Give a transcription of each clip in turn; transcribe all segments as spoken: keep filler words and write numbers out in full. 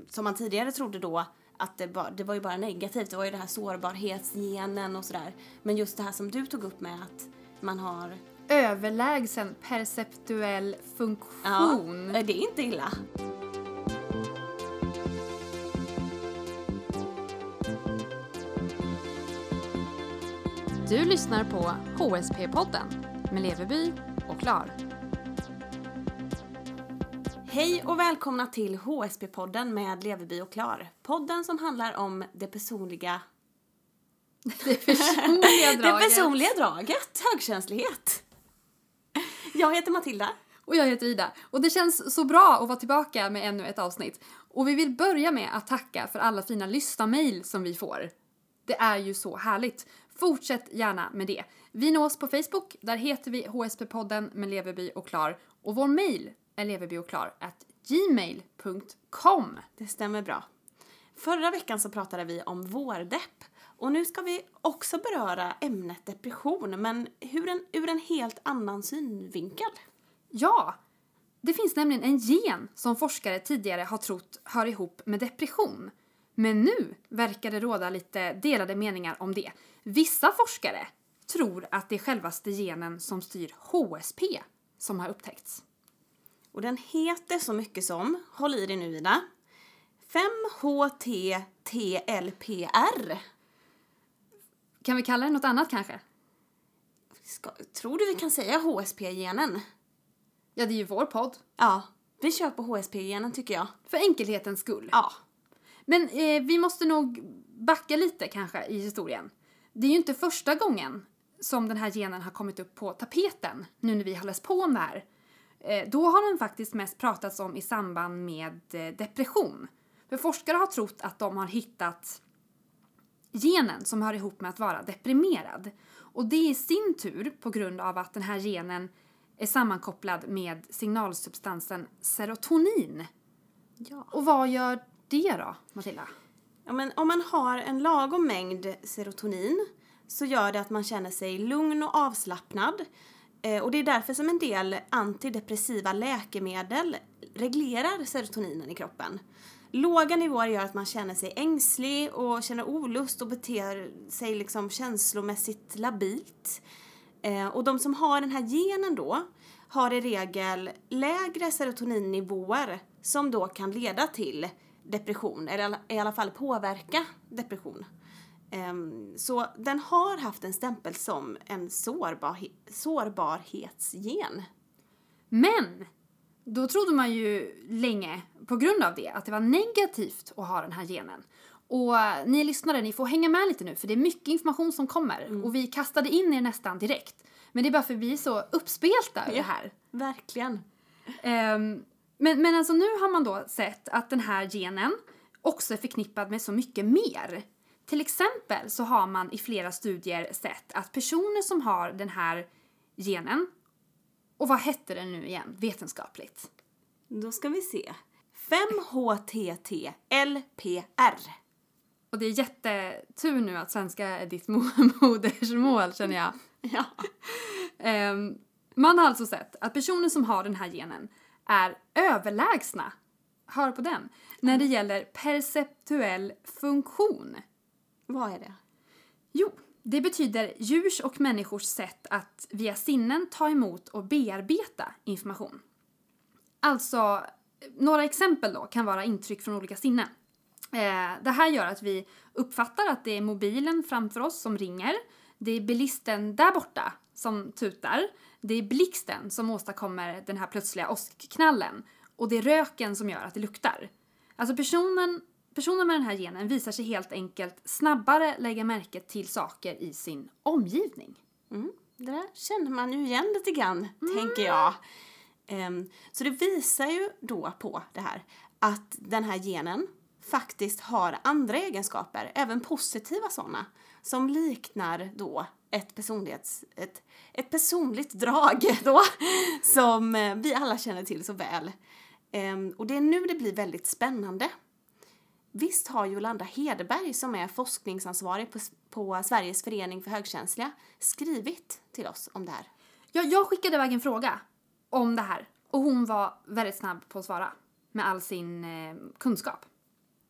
som man tidigare trodde då att det var, det var ju bara negativt. Det var ju det här sårbarhetsgenen och sådär. Men just det här som du tog upp med att man har... Överlägsen perceptuell funktion. Ja, det är inte illa. Du lyssnar på H S P-podden med Leverby och Klar. Hej och välkomna till H S P-podden med Leverby och Klar. Podden som handlar om det personliga... Det personliga draget. Det personliga draget, högkänslighet. Jag heter Matilda. Och jag heter Ida. Och det känns så bra att vara tillbaka med ännu ett avsnitt. Och vi vill börja med att tacka för alla fina lyssna-mail som vi får. Det är ju så härligt. Fortsätt gärna med det. Vi nås på Facebook, där heter vi H S P-podden med Leverby och Klar. Och vår mail är leverbyochklar at gmail punkt com. Det stämmer bra. Förra veckan så pratade vi om vårdepp. Och nu ska vi också beröra ämnet depression, men ur en, ur en helt annan synvinkel. Ja, det finns nämligen en gen som forskare tidigare har trott hör ihop med depression. Men nu verkar det råda lite delade meningar om det. Vissa forskare tror att det är självaste genen som styr H S P som har upptäckts. Och den heter så mycket som, håll i dig nu Ida, fem H T T L P R. Kan vi kalla det något annat kanske? Ska, tror du vi kan säga H S P-genen? Ja, det är ju vår podd. Ja, vi kör på H S P-genen tycker jag. För enkelhetens skull. Ja. Men eh, vi måste nog backa lite kanske i historien. Det är ju inte första gången som den här genen har kommit upp på tapeten, nu när vi har läst på om det här. Eh, då har den faktiskt mest pratats om i samband med eh, depression. För forskare har trott att de har hittat genen som hör ihop med att vara deprimerad. Och det är i sin tur på grund av att den här genen är sammankopplad med signalsubstansen serotonin. Ja. Och vad gör det då, Matilda? Ja, men om man har en lagom mängd serotonin så gör det att man känner sig lugn och avslappnad. Eh, och det är därför som en del antidepressiva läkemedel reglerar serotoninen i kroppen. Låga nivåer gör att man känner sig ängslig och känner olust och beter sig liksom känslomässigt labilt. Eh, och de som har den här genen då har i regel lägre serotoninnivåer som då kan leda till depression, eller i alla fall påverka depression. Um, så den har haft en stämpel som en sårbarhe- sårbarhetsgen. Men då trodde man ju länge på grund av det att det var negativt att ha den här genen. Och ni lyssnare, ni får hänga med lite nu för det är mycket information som kommer. Mm. Och vi kastade in er nästan direkt. Men det är bara för att vi är så uppspelta över ja, det här. Verkligen. Um, men, men alltså nu har man då sett att den här genen också är förknippad med så mycket mer. Till exempel så har man i flera studier sett att personer som har den här genen, och vad hette den nu igen vetenskapligt? Då ska vi se. fem H T T L P R. Och det är jättetur nu att svenska är ditt modersmål, känner jag. Ja. um, man har alltså sett att personer som har den här genen är överlägsna, hör på den, när det gäller perceptuell funktion. Vad är det? Jo, det betyder djurs och människors sätt att via sinnen ta emot och bearbeta information. Alltså, några exempel då kan vara intryck från olika sinnen. Eh, det här gör att vi uppfattar att det är mobilen framför oss som ringer. Det är bilisten där borta som tutar. Det är blixten som åstadkommer den här plötsliga åskknallen. Och det är röken som gör att det luktar. Alltså personen, personen med den här genen visar sig helt enkelt snabbare lägga märke till saker i sin omgivning. Mm, det där känner man ju igen lite grann, mm. tänker jag. Um, så det visar ju då på det här att den här genen faktiskt har andra egenskaper, även positiva sådana, som liknar då ett personlighets ett, ett personligt drag då som vi alla känner till så väl. Um, och det är nu det blir väldigt spännande. Visst har Jolanda Hederberg, som är forskningsansvarig på, på Sveriges förening för högkänsliga, skrivit till oss om det här. Ja, jag skickade iväg en fråga om det här och hon var väldigt snabb på att svara med all sin eh, kunskap.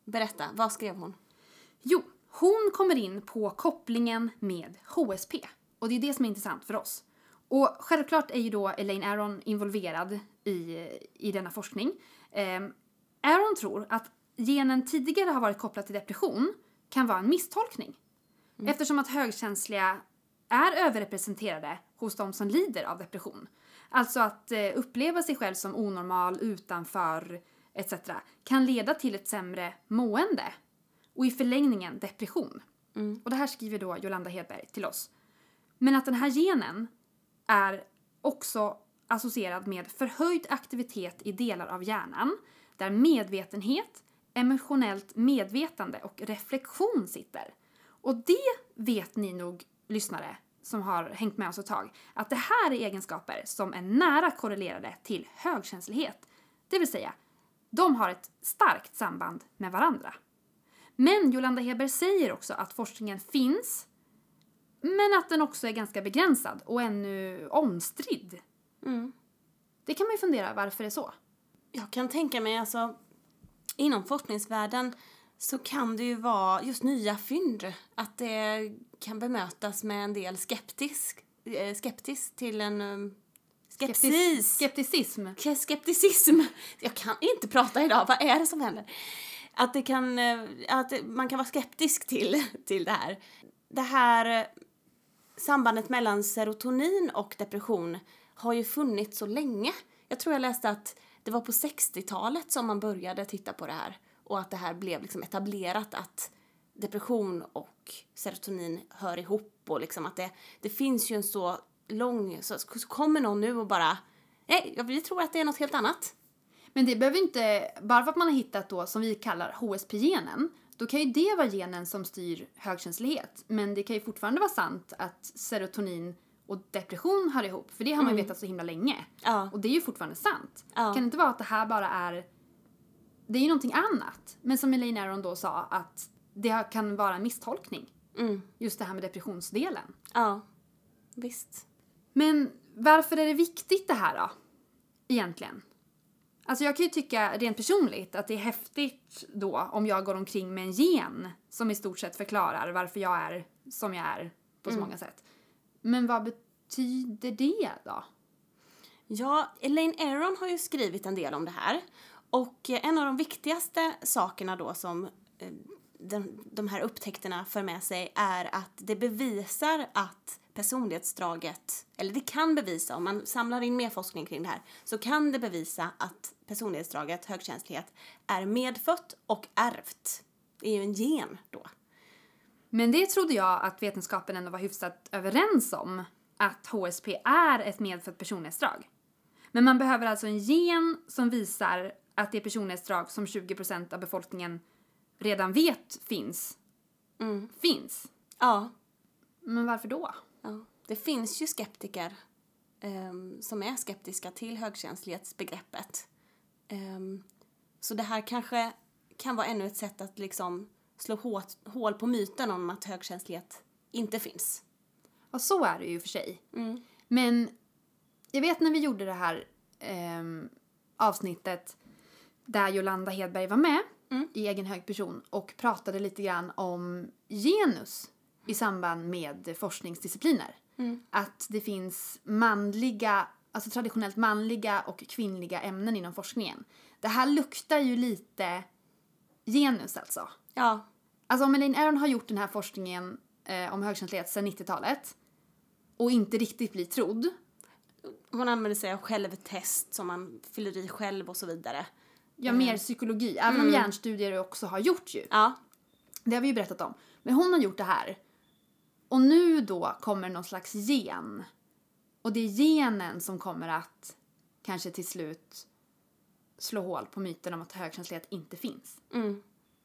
Berätta, vad skrev hon? Jo, hon kommer in på kopplingen med H S P. Och det är det som är intressant för oss. Och självklart är ju då Elaine Aron involverad i, i denna forskning. Eh, Aron tror att genen tidigare har varit kopplad till depression kan vara en misstolkning. Mm. Eftersom att högkänsliga är överrepresenterade hos de som lider av depression. Alltså att eh, uppleva sig själv som onormal, utanför et cetera kan leda till ett sämre mående. Och i förlängningen depression. Mm. Och det här skriver då Jolanda Hedberg till oss. Men att den här genen är också associerad med förhöjd aktivitet i delar av hjärnan där medvetenhet, emotionellt medvetande och reflektion sitter. Och det vet ni nog, lyssnare som har hängt med oss ett tag, att det här är egenskaper som är nära korrelerade till högkänslighet. Det vill säga, de har ett starkt samband med varandra. Men Jolanda Hedberg säger också att forskningen finns, men att den också är ganska begränsad och ännu omstridd. Mm. Det kan man ju fundera, varför det är så? Jag kan tänka mig, alltså, inom forskningsvärlden så kan det ju vara just nya fynd. Att det kan bemötas med en del skeptisk, eh, skeptisk till en um, skepsis. Skepticism. Skepticism. Jag kan inte prata idag, vad är det som händer? Att, det kan, att man kan vara skeptisk till, till det här. Det här sambandet mellan serotonin och depression har ju funnits så länge. Jag tror jag läste att det var på sextiotalet som man började titta på det här. Och att det här blev liksom etablerat att depression och serotonin hör ihop. Och liksom att det, det finns ju en så lång... Så, så kommer någon nu och bara... Nej, vi tror att det är något helt annat. Men det behöver inte... Bara för att man har hittat då, som vi kallar H S P-genen, då kan ju det vara genen som styr högkänslighet. Men det kan ju fortfarande vara sant att serotonin och depression hör ihop. För det har man ju Mm. vetat så himla länge. Ja. Och det är ju fortfarande sant. Ja. Kan det inte vara att det här bara är... Det är ju någonting annat. Men som Elaine Aron då sa, att det kan vara en misstolkning. Mm. Just det här med depressionsdelen. Ja, visst. Men varför är det viktigt det här då? Egentligen. Alltså jag kan ju tycka rent personligt att det är häftigt då om jag går omkring med en gen som i stort sett förklarar varför jag är som jag är på så Mm. många sätt. Men vad betyder det då? Ja, Elaine Aron har ju skrivit en del om det här. Och en av de viktigaste sakerna då som eh, de, de här upptäckterna för med sig är att det bevisar att personlighetsdraget, eller det kan bevisa, om man samlar in mer forskning kring det här, så kan det bevisa att personlighetsdraget, högkänslighet, är medfött och ärvt. Det är ju en gen då. Men det trodde jag att vetenskapen ändå var hyfsat överens om, att H S P är ett medfött personlighetsdrag. Men man behöver alltså en gen som visar att det personlighetsdrag som tjugo procent av befolkningen redan vet finns, Mm. finns. Ja. Men varför då? Ja. Det finns ju skeptiker um, som är skeptiska till högkänslighetsbegreppet. Um, så det här kanske kan vara ännu ett sätt att liksom slå hårt, hål på myten om att högkänslighet inte finns. Och så är det ju för sig. Mm. Men jag vet när vi gjorde det här eh, avsnittet där Jolanda Hedberg var med Mm. i egen hög person och pratade lite grann om genus i samband med forskningsdiscipliner. Mm. Att det finns manliga, alltså traditionellt manliga och kvinnliga ämnen inom forskningen. Det här luktar ju lite genus alltså. Ja. Alltså om Elaine Aron har gjort den här forskningen eh, om högkänslighet sedan nittiotalet och inte riktigt blir trodd. Hon använder sig av självtest som man fyller i själv och så vidare. Ja, mer psykologi. Även Mm. om hjärnstudier också har gjort ju. Ja. Det har vi ju berättat om. Men hon har gjort det här. Och nu då kommer någon slags gen. Och det är genen som kommer att kanske till slut slå hål på myten om att högkänslighet inte finns. Mm.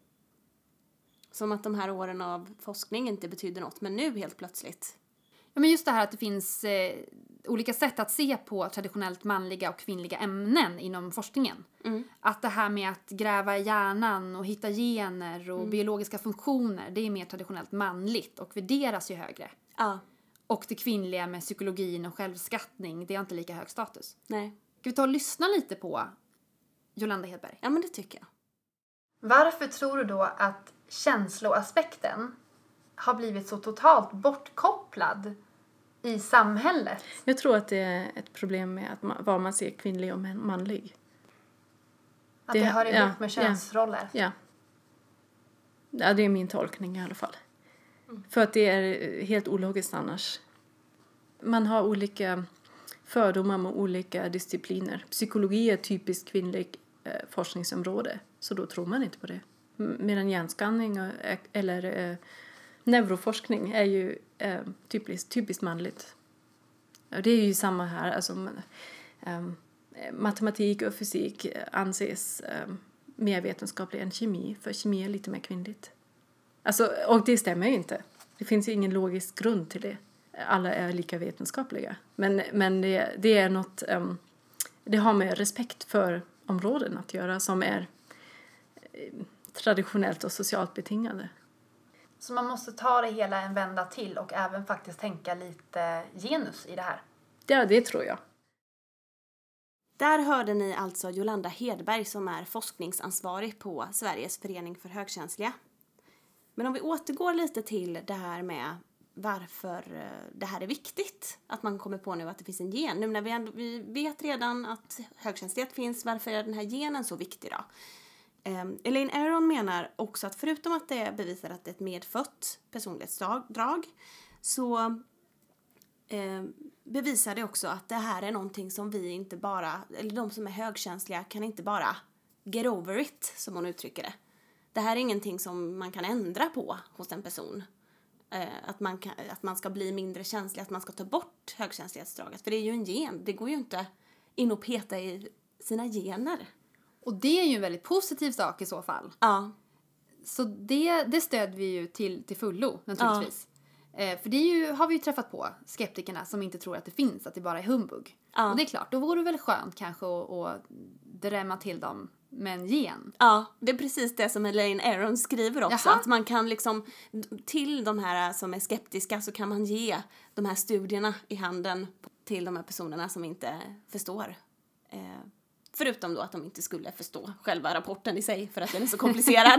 Som att de här åren av forskning inte betyder något, men nu helt plötsligt. Ja, men just det här att det finns eh, olika sätt att se på traditionellt manliga och kvinnliga ämnen inom forskningen. Mm. Att det här med att gräva i hjärnan och hitta gener och Mm. biologiska funktioner, det är mer traditionellt manligt och värderas ju högre. Ja. Och det kvinnliga med psykologin och självskattning, det har inte lika hög status. Nej. Ska vi ta och lyssna lite på Jolanda Hedberg? Ja, men det tycker jag. Varför tror du då att känsloaspekten har blivit så totalt bortkopplad i samhället? Jag tror att det är ett problem med att man, vad man ser kvinnlig och manlig. Att det, det hör ihop ja, med könsroller? Ja. ja. Det är min tolkning i alla fall. Mm. För att det är helt ologiskt annars. Man har olika fördomar med olika discipliner. Psykologi är ett typiskt kvinnligt eh, forskningsområde. Så då tror man inte på det. Medan hjärnskanning och, eller eh, neuroforskning är ju eh, typiskt, typiskt manligt. Och det är ju samma här. Alltså, eh, matematik och fysik anses eh, mer vetenskaplig än kemi. För kemi är lite mer kvinnligt. Alltså, och det stämmer ju inte. Det finns ju ingen logisk grund till det. Alla är lika vetenskapliga. Men, men det, det är något... Um, det har med respekt för områden att göra som är eh, traditionellt och socialt betingade. Så man måste ta det hela en vända till och även faktiskt tänka lite genus i det här? Ja, det tror jag. Där hörde ni alltså Jolanda Hedberg som är forskningsansvarig på Sveriges förening för högkänsliga. Men om vi återgår lite till det här med varför det här är viktigt. Att man kommer på nu att det finns en gen. Nu när vi, ändå, vi vet redan att högkänslighet finns, varför är den här genen så viktig då? Um, Elaine Aron menar också att förutom att det bevisar att det är ett medfött personlighetsdrag så um, bevisar det också att det här är någonting som vi inte bara, eller de som är högkänsliga kan inte bara get over it, som hon uttrycker det. Det här är ingenting som man kan ändra på hos en person. Uh, att, man kan, att man ska bli mindre känslig, att man ska ta bort högkänslighetsdraget. För det är ju en gen, det går ju inte in och peta i sina gener. Och det är ju en väldigt positiv sak i så fall. Ja. Så det, det stöder vi ju till, till fullo, naturligtvis. Ja. Eh, för det är ju, har vi ju träffat på skeptikerna som inte tror att det finns, att det bara är humbug. Ja. Och det är klart, då vore det väl skönt kanske att, att drämma till dem med en gen. Ja, det är precis det som Elaine Aron skriver också. Jaha. Att man kan liksom, till de här som är skeptiska så kan man ge de här studierna i handen till de här personerna som inte förstår. Eh, Förutom då att de inte skulle förstå själva rapporten i sig för att den är så komplicerad.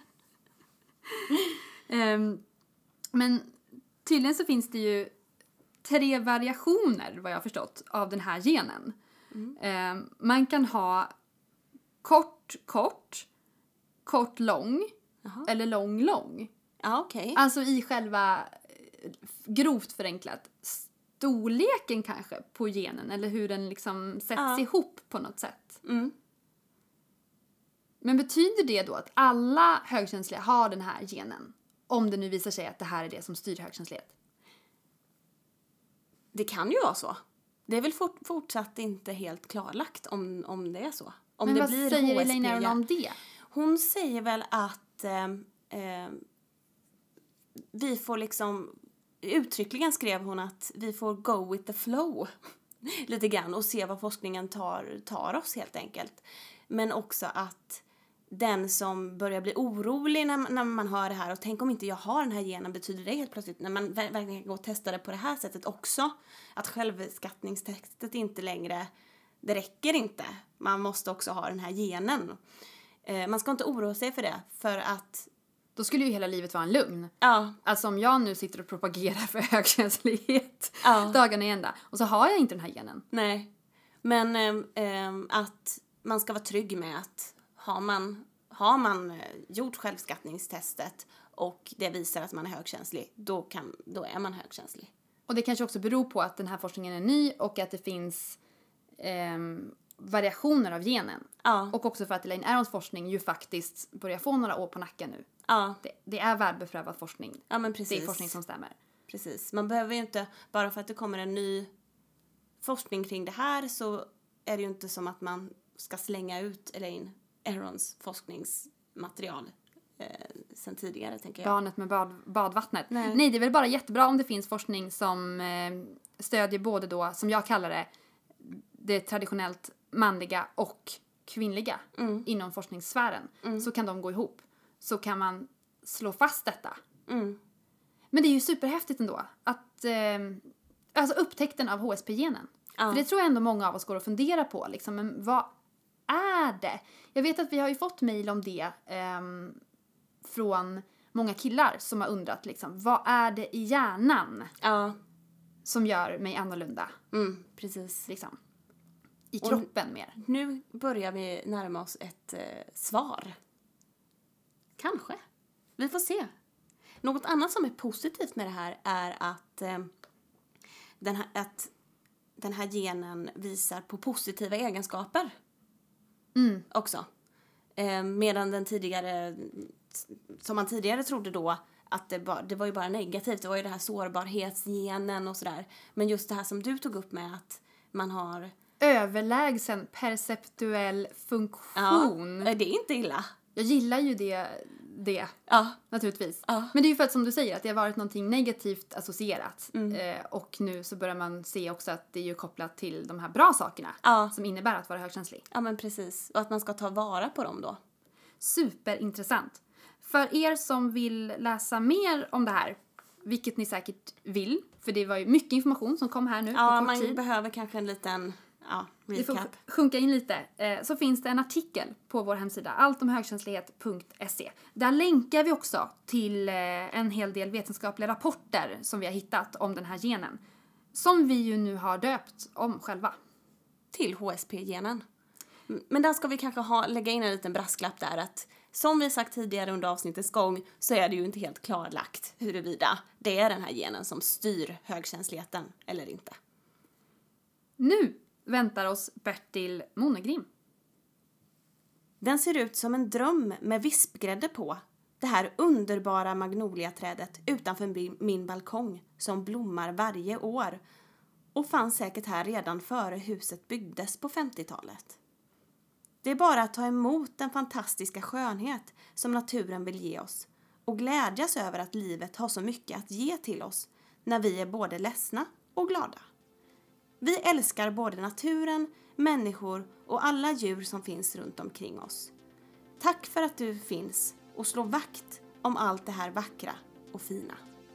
um, men tydligen så finns det ju tre variationer, vad jag har förstått, av den här genen. Mm. Um, man kan ha kort, kort, kort, lång Aha. eller lång, lång. Ja, okej. Okay. Alltså i själva, grovt förenklat, storleken kanske på genen eller hur den liksom sätts ja. ihop på något sätt. Mm. Men betyder det då att alla högkänsliga har den här genen? Om det nu visar sig att det här är det som styr högkänslighet. Det kan ju vara så. Det är väl fort, fortsatt inte helt klarlagt om, om det är så. Om Men det vad blir säger H S P. Elaine Aron om det? Hon säger väl att eh, eh, vi får liksom... Uttryckligen skrev hon att vi får go with the flow lite grann och se vad forskningen tar, tar oss helt enkelt. Men också att den som börjar bli orolig när, när man hör det här och tänk om inte jag har den här genen, betyder det helt plötsligt när man verkligen går och testar det på det här sättet också att självskattningstestet inte längre, det räcker inte. Man måste också ha den här genen. Eh, man ska inte oroa sig för det för att då skulle ju hela livet vara en lugn. Ja. Alltså om jag nu sitter och propagerar för högkänslighet ja. dagarna i ända och så har jag inte den här genen. Nej, men ähm, att man ska vara trygg med att har man, har man gjort självskattningstestet och det visar att man är högkänslig, då, kan, då är man högkänslig. Och det kanske också beror på att den här forskningen är ny och att det finns ähm, variationer av genen. Ja. Och också för att Elaine Arons forskning ju faktiskt börjar få några år på nacken nu. Ja. Det, det är välbeprövad forskning. Ja, men precis. Det är forskning som stämmer. Precis. Man behöver ju inte, bara för att det kommer en ny forskning kring det här så är det ju inte som att man ska slänga ut Elaine Arons forskningsmaterial eh, sen tidigare, tänker jag. Barnet med bad, badvattnet. Nej. Nej, det är väl bara jättebra om det finns forskning som eh, stödjer både då, som jag kallar det, det traditionellt manliga och kvinnliga mm. inom forskningssfären. Mm. Så kan de gå ihop. Så kan man slå fast detta. Mm. Men det är ju superhäftigt ändå. Att, eh, alltså upptäckten av H S P-genen. Ja. För det tror jag ändå många av oss går och funderar på. Liksom, men vad, är det? Jag vet att vi har ju fått mejl om det ehm, från många killar som har undrat liksom, vad är det i hjärnan Ja. som gör mig annorlunda? Mm, precis. Liksom. I kroppen mer. Nu börjar vi närma oss ett eh, svar. Kanske. Vi får se. Något annat som är positivt med det här är att, eh, den, här, att den här genen visar på positiva egenskaper. Mm. Också. Eh, medan den tidigare, som man tidigare trodde då, att det, bara, det var ju bara negativt. Det var ju det här sårbarhetsgenen och sådär. Men just det här som du tog upp med att man har... Överlägsen perceptuell funktion. Ja, det är inte illa. Jag gillar ju det, det Ja. naturligtvis. Ja. Men det är ju för att som du säger att det har varit någonting negativt associerat. Mm. Eh, och nu så börjar man se också att det är ju kopplat till de här bra sakerna. Ja. Som innebär att vara högkänslig. Ja, men precis. Och att man ska ta vara på dem då. Superintressant. För er som vill läsa mer om det här, vilket ni säkert vill, för det var ju mycket information som kom här nu Ja, på kort man tid. behöver kanske en liten ja, Det får recap. sjunka in lite. Eh, så finns det en artikel på vår hemsida, alltomhögkänslighet punkt se. Där länkar vi också till eh, en hel del vetenskapliga rapporter som vi har hittat om den här genen. Som vi ju nu har döpt om själva. Till H S P-genen. Men där ska vi kanske ha, lägga in en liten brasklapp där att som vi sagt tidigare under avsnittets gång så är det ju inte helt klarlagt huruvida det är den här genen som styr högkänsligheten eller inte. Nu väntar oss Bertil Monegrim. Den ser ut som en dröm med vispgrädde på. Det här underbara magnoliaträdet utanför min, min balkong som blommar varje år. Och fanns säkert här redan före huset byggdes på femtiotalet. Det är bara att ta emot den fantastiska skönhet som naturen vill ge oss. Och glädjas över att livet har så mycket att ge till oss när vi är både ledsna och glada. Vi älskar både naturen, människor och alla djur som finns runt omkring oss. Tack för att du finns och slår vakt om allt det här vackra och fina.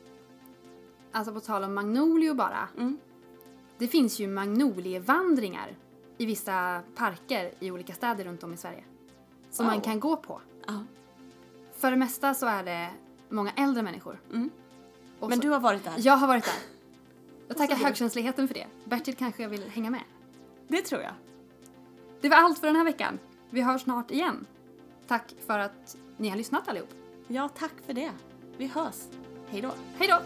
Alltså på tal om magnolior bara. Mm. Det finns ju magnolievandringar i vissa parker i olika städer runt om i Sverige. Som Wow. man kan gå på. Ja. För det mesta så är det många äldre människor. Mm. Och Men så, du har varit där? Jag har varit där. Jag tackar så du? högkänsligheten för det. Bertil kanske vill hänga med. Det tror jag. Det var allt för den här veckan. Vi hörs snart igen. Tack för att ni har lyssnat allihop. Ja, tack för det. Vi hörs. Hej då. Hej då!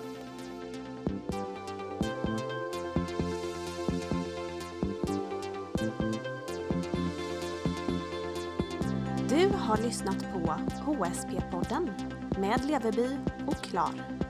Du har lyssnat på H S P-podden med Leverby och Klar.